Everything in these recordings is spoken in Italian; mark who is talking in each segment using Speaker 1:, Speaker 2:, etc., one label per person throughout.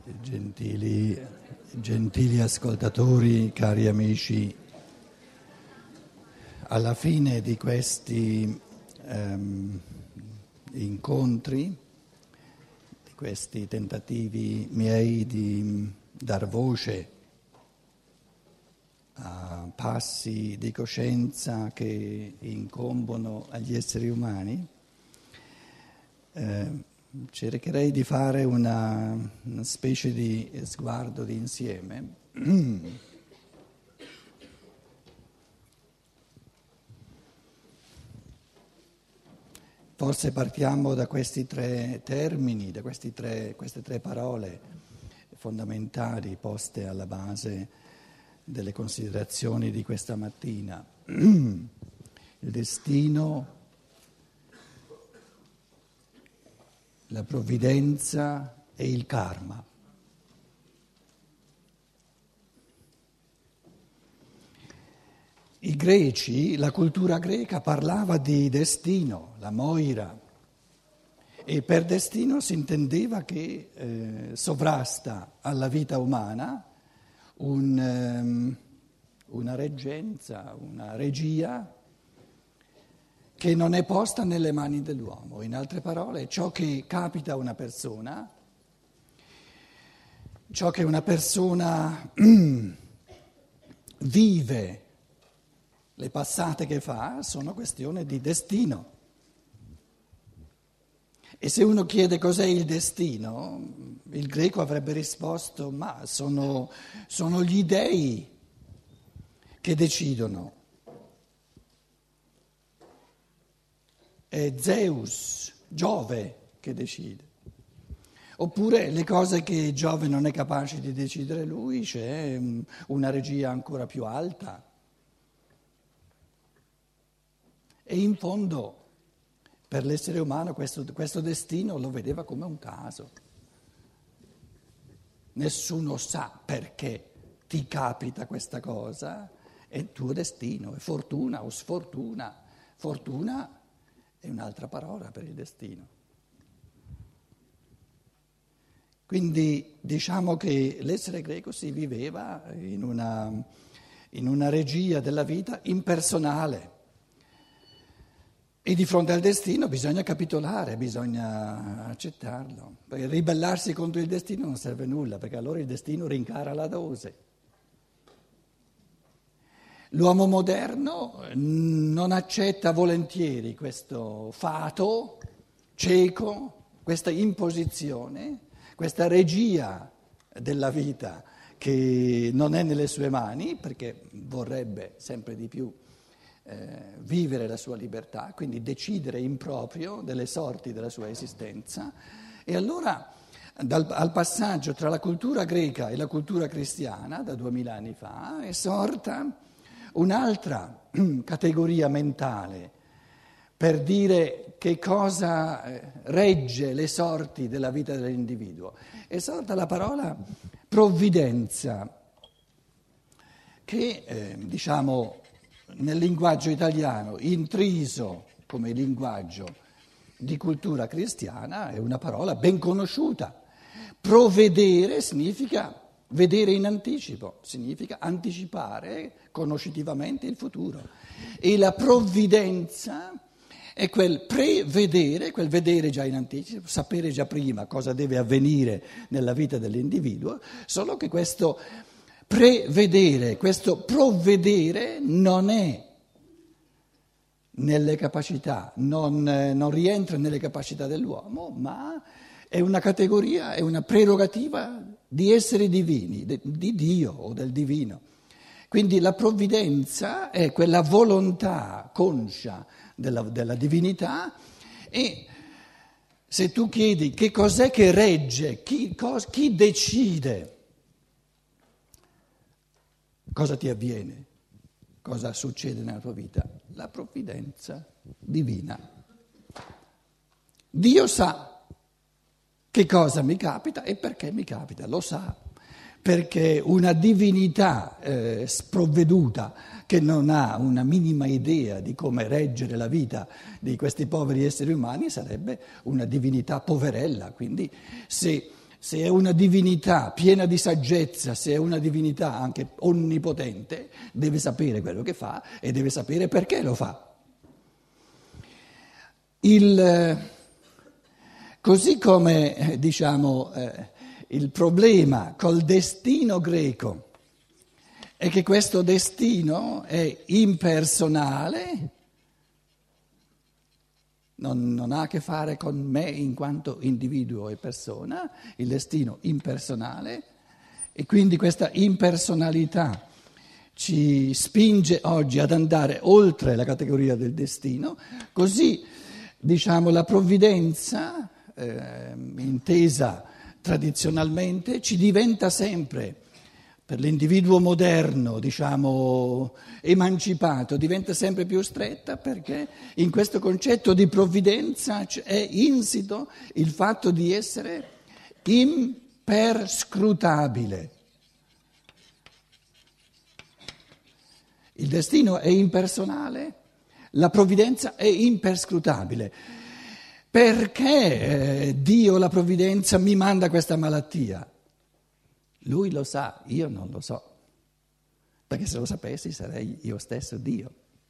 Speaker 1: Gentili ascoltatori, cari amici, alla fine di questi incontri, di questi tentativi miei di dar voce a passi di coscienza che incombono agli esseri umani, cercherei di fare una specie di sguardo di insieme. Forse partiamo da questi tre termini, da queste tre parole fondamentali poste alla base delle considerazioni di questa mattina. Il destino, la provvidenza e il karma. I greci, la cultura greca parlava di destino, la moira, e per destino si intendeva che sovrasta alla vita umana una reggenza, una regia che non è posta nelle mani dell'uomo. In altre parole, ciò che capita a una persona, ciò che una persona vive, le passate che fa, sono questione di destino. E se uno chiede cos'è il destino, il greco avrebbe risposto: ma sono gli dèi che decidono. È Zeus, Giove, che decide. Oppure le cose che Giove non è capace di decidere lui, c'è una regia ancora più alta. E in fondo per l'essere umano questo destino lo vedeva come un caso. Nessuno sa perché ti capita questa cosa, è il tuo destino, è fortuna o sfortuna. Fortuna è un'altra parola per il destino. Quindi diciamo che l'essere greco si viveva in una regia della vita impersonale. E di fronte al destino bisogna capitolare, bisogna accettarlo, perché ribellarsi contro il destino non serve a nulla, perché allora il destino rincara la dose. L'uomo moderno non accetta volentieri questo fato cieco, questa imposizione, questa regia della vita che non è nelle sue mani, perché vorrebbe sempre di più vivere la sua libertà, quindi decidere in proprio delle sorti della sua esistenza. E allora al passaggio tra la cultura greca e la cultura cristiana, da 2000 anni fa, è sorta un'altra categoria mentale per dire che cosa regge le sorti della vita dell'individuo. È sorta la parola provvidenza, che diciamo nel linguaggio italiano, intriso come linguaggio di cultura cristiana, è una parola ben conosciuta. Provvedere significa vedere in anticipo, significa anticipare conoscitivamente il futuro. E la provvidenza è quel prevedere, quel vedere già in anticipo, sapere già prima cosa deve avvenire nella vita dell'individuo, solo che questo prevedere, questo provvedere non è nelle capacità, non rientra nelle capacità dell'uomo, ma è una categoria, è una prerogativa di esseri divini, di Dio o del divino. Quindi la provvidenza è quella volontà conscia della divinità, e se tu chiedi che cos'è che regge, chi decide, cosa ti avviene? Cosa succede nella tua vita? La provvidenza divina. Dio sa che cosa mi capita e perché mi capita, lo sa, perché una divinità sprovveduta che non ha una minima idea di come reggere la vita di questi poveri esseri umani sarebbe una divinità poverella. Quindi se se è una divinità piena di saggezza, se è una divinità anche onnipotente, deve sapere quello che fa e deve sapere perché lo fa. Così come, il problema col destino greco è che questo destino è impersonale, non ha a che fare con me in quanto individuo e persona, il destino impersonale, e quindi questa impersonalità ci spinge oggi ad andare oltre la categoria del destino, così la provvidenza, intesa tradizionalmente, ci diventa sempre, per l'individuo moderno, emancipato, diventa sempre più stretta, perché in questo concetto di provvidenza è insito il fatto di essere imperscrutabile. Il destino è impersonale, la provvidenza è imperscrutabile. Perché Dio, la provvidenza, mi manda questa malattia? Lui lo sa, io non lo so, perché se lo sapessi sarei io stesso Dio.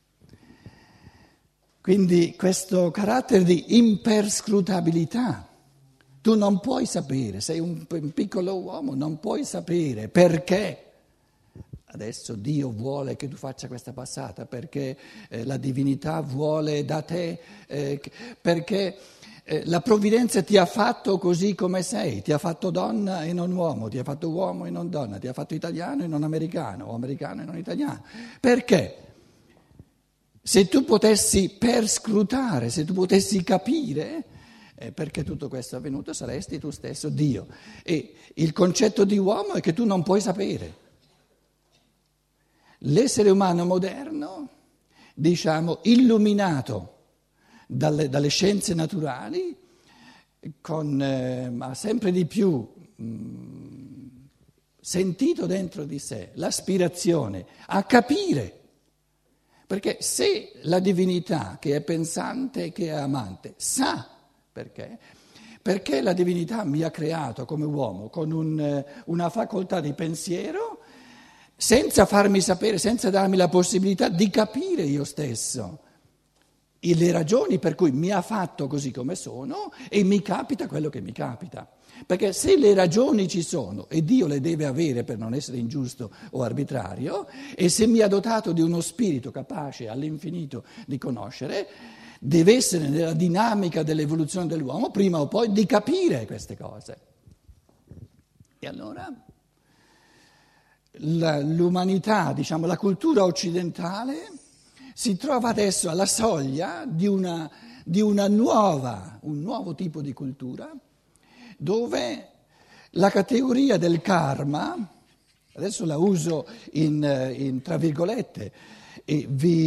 Speaker 1: Quindi questo carattere di imperscrutabilità, tu non puoi sapere, sei un piccolo uomo, non puoi sapere perché adesso Dio vuole che tu faccia questa passata, perché la divinità vuole da te, perché la provvidenza ti ha fatto così come sei, ti ha fatto donna e non uomo, ti ha fatto uomo e non donna, ti ha fatto italiano e non americano, o americano e non italiano. Perché? Se tu potessi perscrutare, se tu potessi capire perché tutto questo è avvenuto, saresti tu stesso Dio. E il concetto di uomo è che tu non puoi sapere. L'essere umano moderno, illuminato dalle scienze naturali, ha sempre di più sentito dentro di sé l'aspirazione a capire, perché se la divinità che è pensante e che è amante sa perché la divinità mi ha creato come uomo con una facoltà di pensiero, senza farmi sapere, senza darmi la possibilità di capire io stesso le ragioni per cui mi ha fatto così come sono e mi capita quello che mi capita. Perché se le ragioni ci sono e Dio le deve avere per non essere ingiusto o arbitrario, e se mi ha dotato di uno spirito capace all'infinito di conoscere, deve essere nella dinamica dell'evoluzione dell'uomo prima o poi di capire queste cose. E allora l'umanità, la cultura occidentale si trova adesso alla soglia di un nuovo tipo di cultura, dove la categoria del karma, adesso la uso tra virgolette, e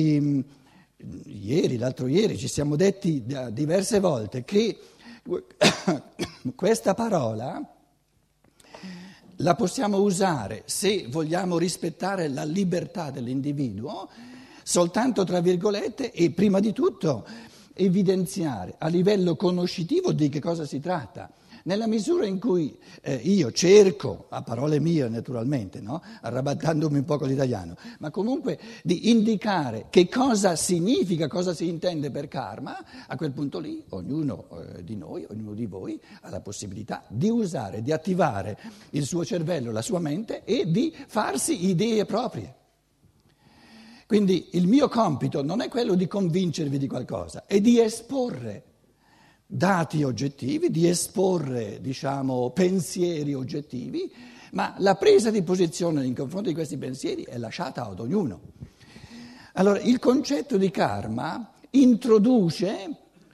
Speaker 1: l'altro ieri ci siamo detti diverse volte che questa parola la possiamo usare se vogliamo rispettare la libertà dell'individuo, soltanto tra virgolette, e prima di tutto evidenziare a livello conoscitivo di che cosa si tratta. Nella misura in cui io cerco, a parole mie naturalmente, no? Arrabattandomi un po' con l'italiano, ma comunque di indicare che cosa significa, cosa si intende per karma, a quel punto lì ognuno di noi, ognuno di voi ha la possibilità di usare, di attivare il suo cervello, la sua mente e di farsi idee proprie. Quindi il mio compito non è quello di convincervi di qualcosa, è di esporre dati oggettivi, di esporre, pensieri oggettivi, ma la presa di posizione in confronto di questi pensieri è lasciata ad ognuno. Allora, il concetto di karma introduce,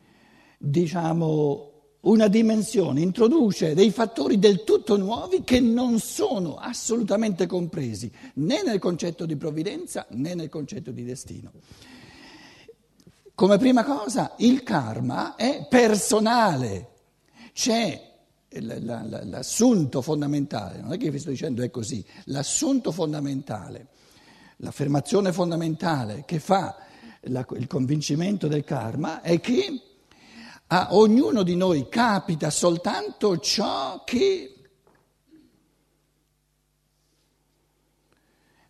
Speaker 1: una dimensione, introduce dei fattori del tutto nuovi che non sono assolutamente compresi né nel concetto di provvidenza né nel concetto di destino. Come prima cosa, il karma è personale, c'è l'assunto fondamentale, non è che vi sto dicendo è così, l'assunto fondamentale, l'affermazione fondamentale che fa il convincimento del karma è che a ognuno di noi capita soltanto ciò che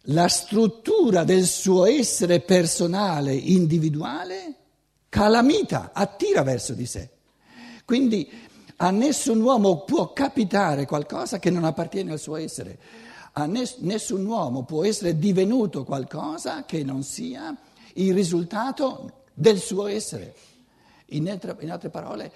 Speaker 1: la struttura del suo essere personale, individuale, calamita, attira verso di sé. Quindi a nessun uomo può capitare qualcosa che non appartiene al suo essere. A nessun uomo può essere divenuto qualcosa che non sia il risultato del suo essere. In altre parole,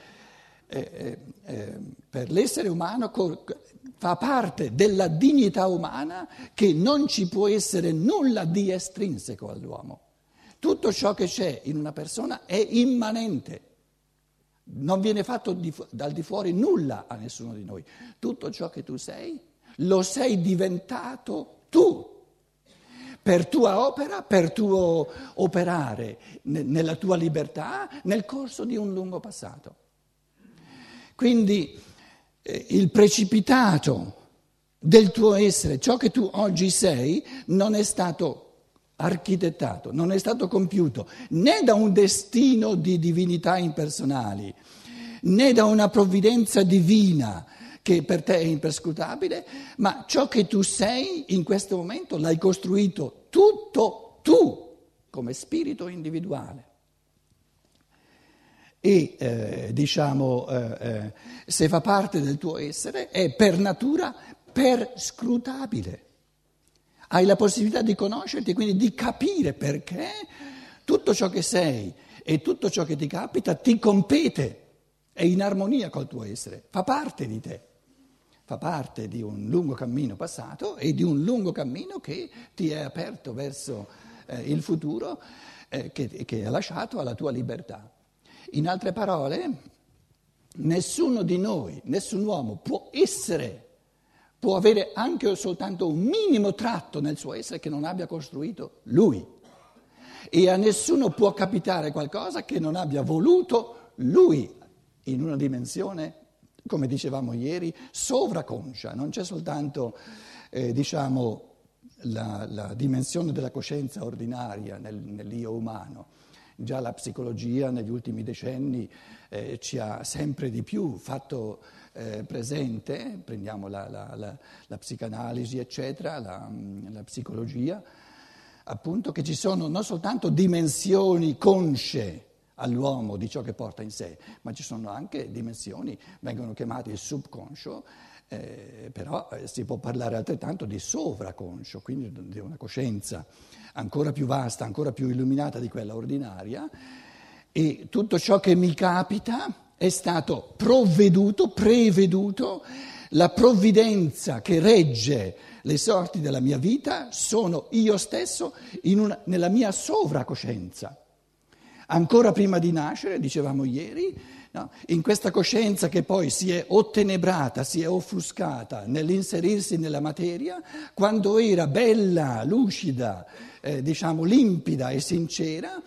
Speaker 1: per l'essere umano fa parte della dignità umana che non ci può essere nulla di estrinseco all'uomo. Tutto ciò che c'è in una persona è immanente. Non viene fatto dal di fuori nulla a nessuno di noi. Tutto ciò che tu sei, lo sei diventato tu. Per tua opera, per tuo operare nella tua libertà nel corso di un lungo passato. Quindi il precipitato del tuo essere, ciò che tu oggi sei, non è stato architettato, non è stato compiuto né da un destino di divinità impersonali, né da una provvidenza divina che per te è imperscrutabile, ma ciò che tu sei in questo momento l'hai costruito tutto tu, come spirito individuale. E se fa parte del tuo essere è per natura perscrutabile. Hai la possibilità di conoscerti e quindi di capire perché tutto ciò che sei e tutto ciò che ti capita ti compete, è in armonia col tuo essere, fa parte di te, fa parte di un lungo cammino passato e di un lungo cammino che ti è aperto verso il futuro che ha lasciato alla tua libertà. In altre parole, nessuno di noi, nessun uomo può avere anche soltanto un minimo tratto nel suo essere che non abbia costruito lui. E a nessuno può capitare qualcosa che non abbia voluto lui, in una dimensione, come dicevamo ieri, sovraconscia. Non c'è soltanto, la dimensione della coscienza ordinaria nell'io umano. Già la psicologia negli ultimi decenni ci ha sempre di più fatto presente, prendiamo la psicanalisi eccetera, la psicologia, appunto che ci sono non soltanto dimensioni consce all'uomo di ciò che porta in sé, ma ci sono anche dimensioni, vengono chiamate il subconscio, però si può parlare altrettanto di sovraconscio, quindi di una coscienza ancora più vasta, ancora più illuminata di quella ordinaria, e tutto ciò che mi capita è stato preveduto, la provvidenza che regge le sorti della mia vita sono io stesso nella mia sovracoscienza. Ancora prima di nascere, dicevamo ieri, no? In questa coscienza che poi si è ottenebrata, si è offuscata nell'inserirsi nella materia, quando era bella, lucida, limpida e sincera,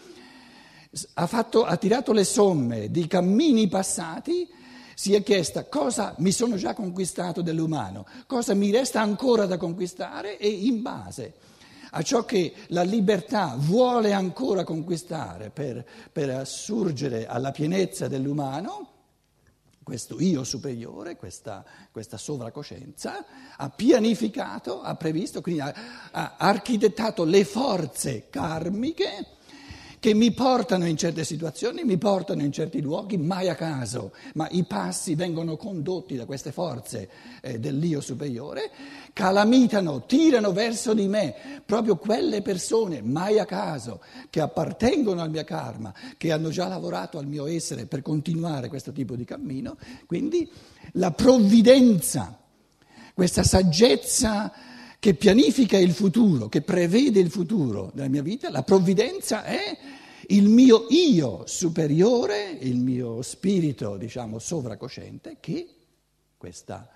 Speaker 1: ha tirato le somme di cammini passati, si è chiesta cosa mi sono già conquistato dell'umano, cosa mi resta ancora da conquistare e in base a ciò che la libertà vuole ancora conquistare per assurgere alla pienezza dell'umano, questo io superiore, questa sovracoscienza, ha pianificato, ha previsto, quindi ha architettato le forze karmiche che mi portano in certe situazioni, mi portano in certi luoghi, mai a caso, ma i passi vengono condotti da queste forze dell'io superiore, calamitano, tirano verso di me proprio quelle persone, mai a caso, che appartengono al mio karma, che hanno già lavorato al mio essere per continuare questo tipo di cammino. Quindi la provvidenza, questa saggezza che pianifica il futuro, che prevede il futuro della mia vita, la provvidenza è il mio io superiore, il mio spirito, sovracosciente, che questa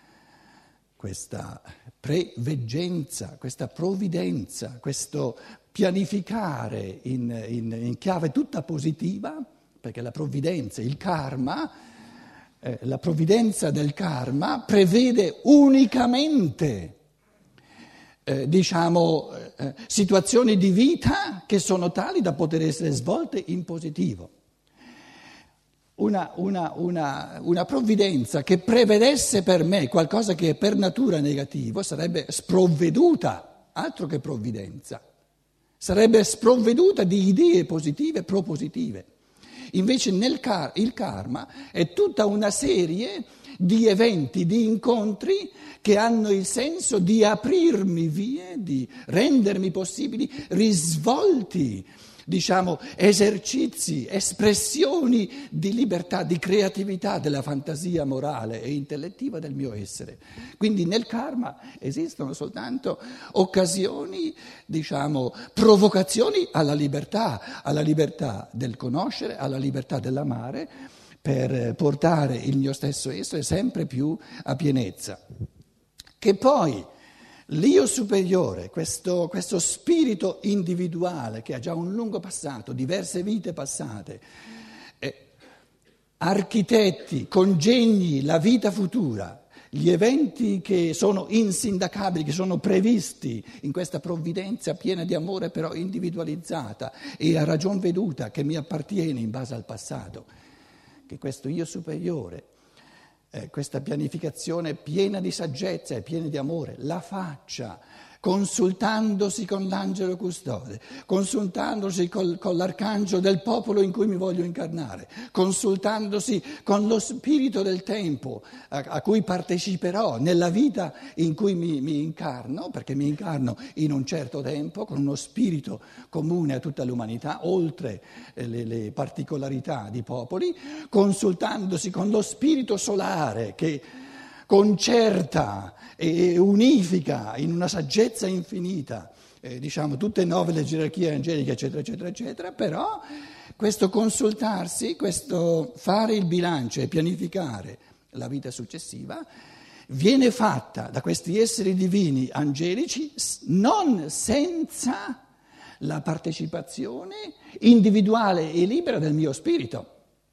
Speaker 1: preveggenza, questa provvidenza, questo pianificare in chiave tutta positiva, perché la provvidenza, il karma, la provvidenza del karma prevede unicamente situazioni di vita che sono tali da poter essere svolte in positivo. Una provvidenza che prevedesse per me qualcosa che è per natura negativo sarebbe sprovveduta altro che provvidenza. Sarebbe sprovveduta di idee positive, propositive. Invece il karma è tutta una serie di eventi, di incontri che hanno il senso di aprirmi vie, di rendermi possibili risvolti, diciamo, esercizi, espressioni di libertà, di creatività della fantasia morale e intellettiva del mio essere. Quindi nel karma esistono soltanto occasioni, diciamo, provocazioni alla libertà del conoscere, alla libertà dell'amare, per portare il mio stesso essere sempre più a pienezza. Che poi l'io superiore, questo spirito individuale che ha già un lungo passato, diverse vite passate, architetti, congegni la vita futura, gli eventi che sono insindacabili, che sono previsti in questa provvidenza piena di amore però individualizzata e a ragion veduta che mi appartiene in base al passato, che questo io superiore, questa pianificazione piena di saggezza e piena di amore, la faccia consultandosi con l'angelo custode, consultandosi con l'arcangelo del popolo in cui mi voglio incarnare, consultandosi con lo spirito del tempo a cui parteciperò nella vita in cui mi incarno, perché mi incarno in un certo tempo con uno spirito comune a tutta l'umanità, oltre le particolarità di popoli, consultandosi con lo spirito solare che concerta e unifica in una saggezza infinita, diciamo, tutte e 9 le gerarchie angeliche, eccetera, eccetera, eccetera, però questo consultarsi, questo fare il bilancio e pianificare la vita successiva, viene fatta da questi esseri divini angelici non senza la partecipazione individuale e libera del mio spirito.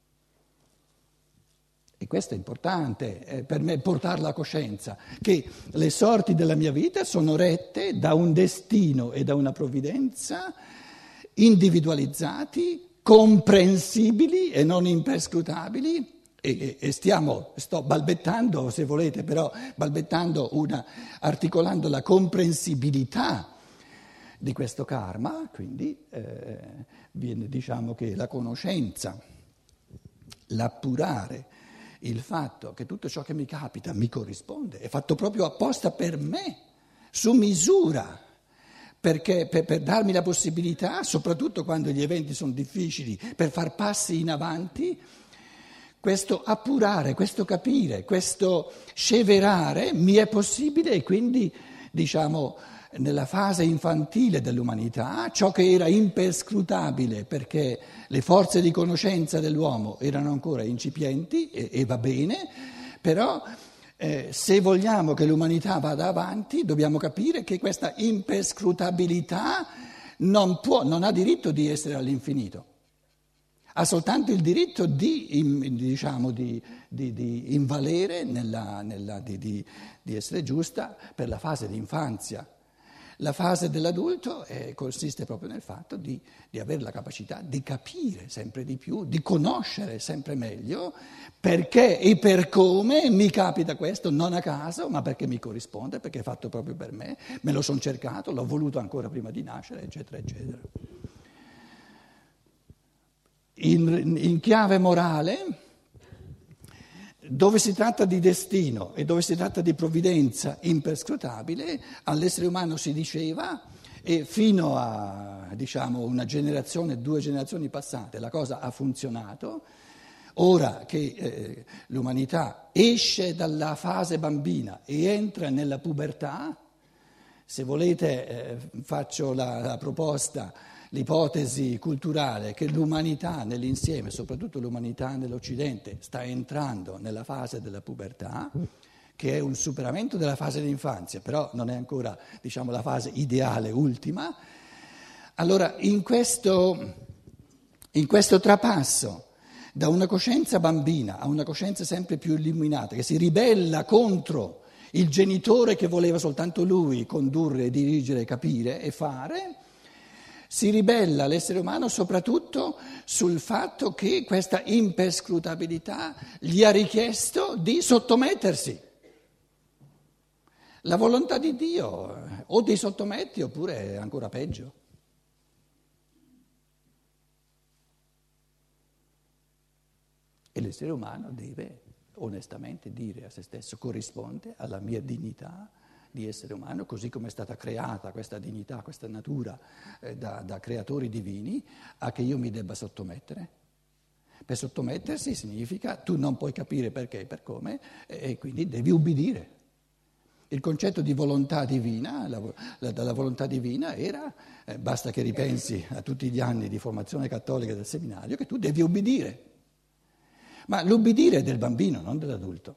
Speaker 1: E questo è importante per me portarla a coscienza, che le sorti della mia vita sono rette da un destino e da una provvidenza individualizzati, comprensibili e non imperscrutabili. E sto balbettando, se volete, però balbettando articolando la comprensibilità di questo karma, quindi viene, diciamo, che la conoscenza, l'appurare il fatto che tutto ciò che mi capita mi corrisponde, è fatto proprio apposta per me, su misura, perché per darmi la possibilità, soprattutto quando gli eventi sono difficili, per far passi in avanti, questo appurare, questo capire, questo sceverare mi è possibile e quindi, diciamo, nella fase infantile dell'umanità, ciò che era imperscrutabile perché le forze di conoscenza dell'uomo erano ancora incipienti e va bene, però se vogliamo che l'umanità vada avanti dobbiamo capire che questa imperscrutabilità non ha diritto di essere all'infinito, ha soltanto il diritto di invalere, di essere giusta per la fase di infanzia. La fase dell'adulto consiste proprio nel fatto di avere la capacità di capire sempre di più, di conoscere sempre meglio perché e per come mi capita questo, non a caso, ma perché mi corrisponde, perché è fatto proprio per me lo sono cercato, l'ho voluto ancora prima di nascere, eccetera, eccetera. In chiave morale, dove si tratta di destino e dove si tratta di provvidenza imperscrutabile, all'essere umano si diceva, e fino a, diciamo, una generazione, 2 generazioni passate, la cosa ha funzionato. Ora che l'umanità esce dalla fase bambina e entra nella pubertà, se volete faccio la proposta, l'ipotesi culturale che l'umanità nell'insieme, soprattutto l'umanità nell'Occidente, sta entrando nella fase della pubertà, che è un superamento della fase d'infanzia, però non è ancora, diciamo, la fase ideale ultima. Allora, in questo trapasso da una coscienza bambina a una coscienza sempre più illuminata, che si ribella contro il genitore che voleva soltanto lui condurre, dirigere, capire e fare, si ribella l'essere umano soprattutto sul fatto che questa imperscrutabilità gli ha richiesto di sottomettersi. La volontà di Dio o ti sottometti oppure è ancora peggio. E l'essere umano deve onestamente dire a se stesso: corrisponde alla mia dignità di essere umano, così come è stata creata questa dignità, questa natura da creatori divini, a che io mi debba sottomettere. Per sottomettersi significa tu non puoi capire perché e per come e quindi devi ubbidire. Il concetto di volontà divina, la volontà divina era, basta che ripensi a tutti gli anni di formazione cattolica del seminario, che tu devi ubbidire. Ma l'ubbidire è del bambino, non dell'adulto.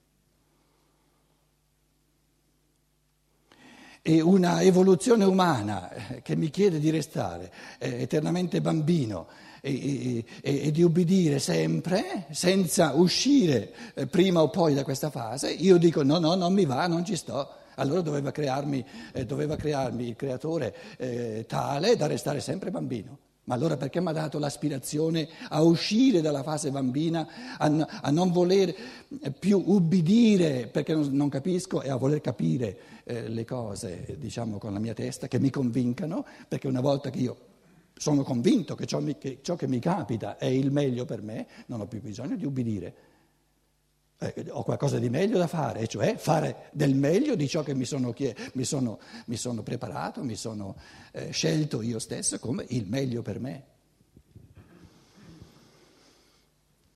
Speaker 1: E una evoluzione umana che mi chiede di restare eternamente bambino e di ubbidire sempre, senza uscire prima o poi da questa fase, io dico no, non mi va, non ci sto. Allora doveva crearmi il creatore tale da restare sempre bambino. Ma allora perché mi ha dato l'aspirazione a uscire dalla fase bambina, a non voler più ubbidire perché non capisco e a voler capire le cose, diciamo, con la mia testa, che mi convincano, perché una volta che io sono convinto che ciò che mi capita è il meglio per me, non ho più bisogno di ubbidire. Ho qualcosa di meglio da fare, e cioè fare del meglio di ciò che mi sono preparato, mi sono scelto io stesso come il meglio per me.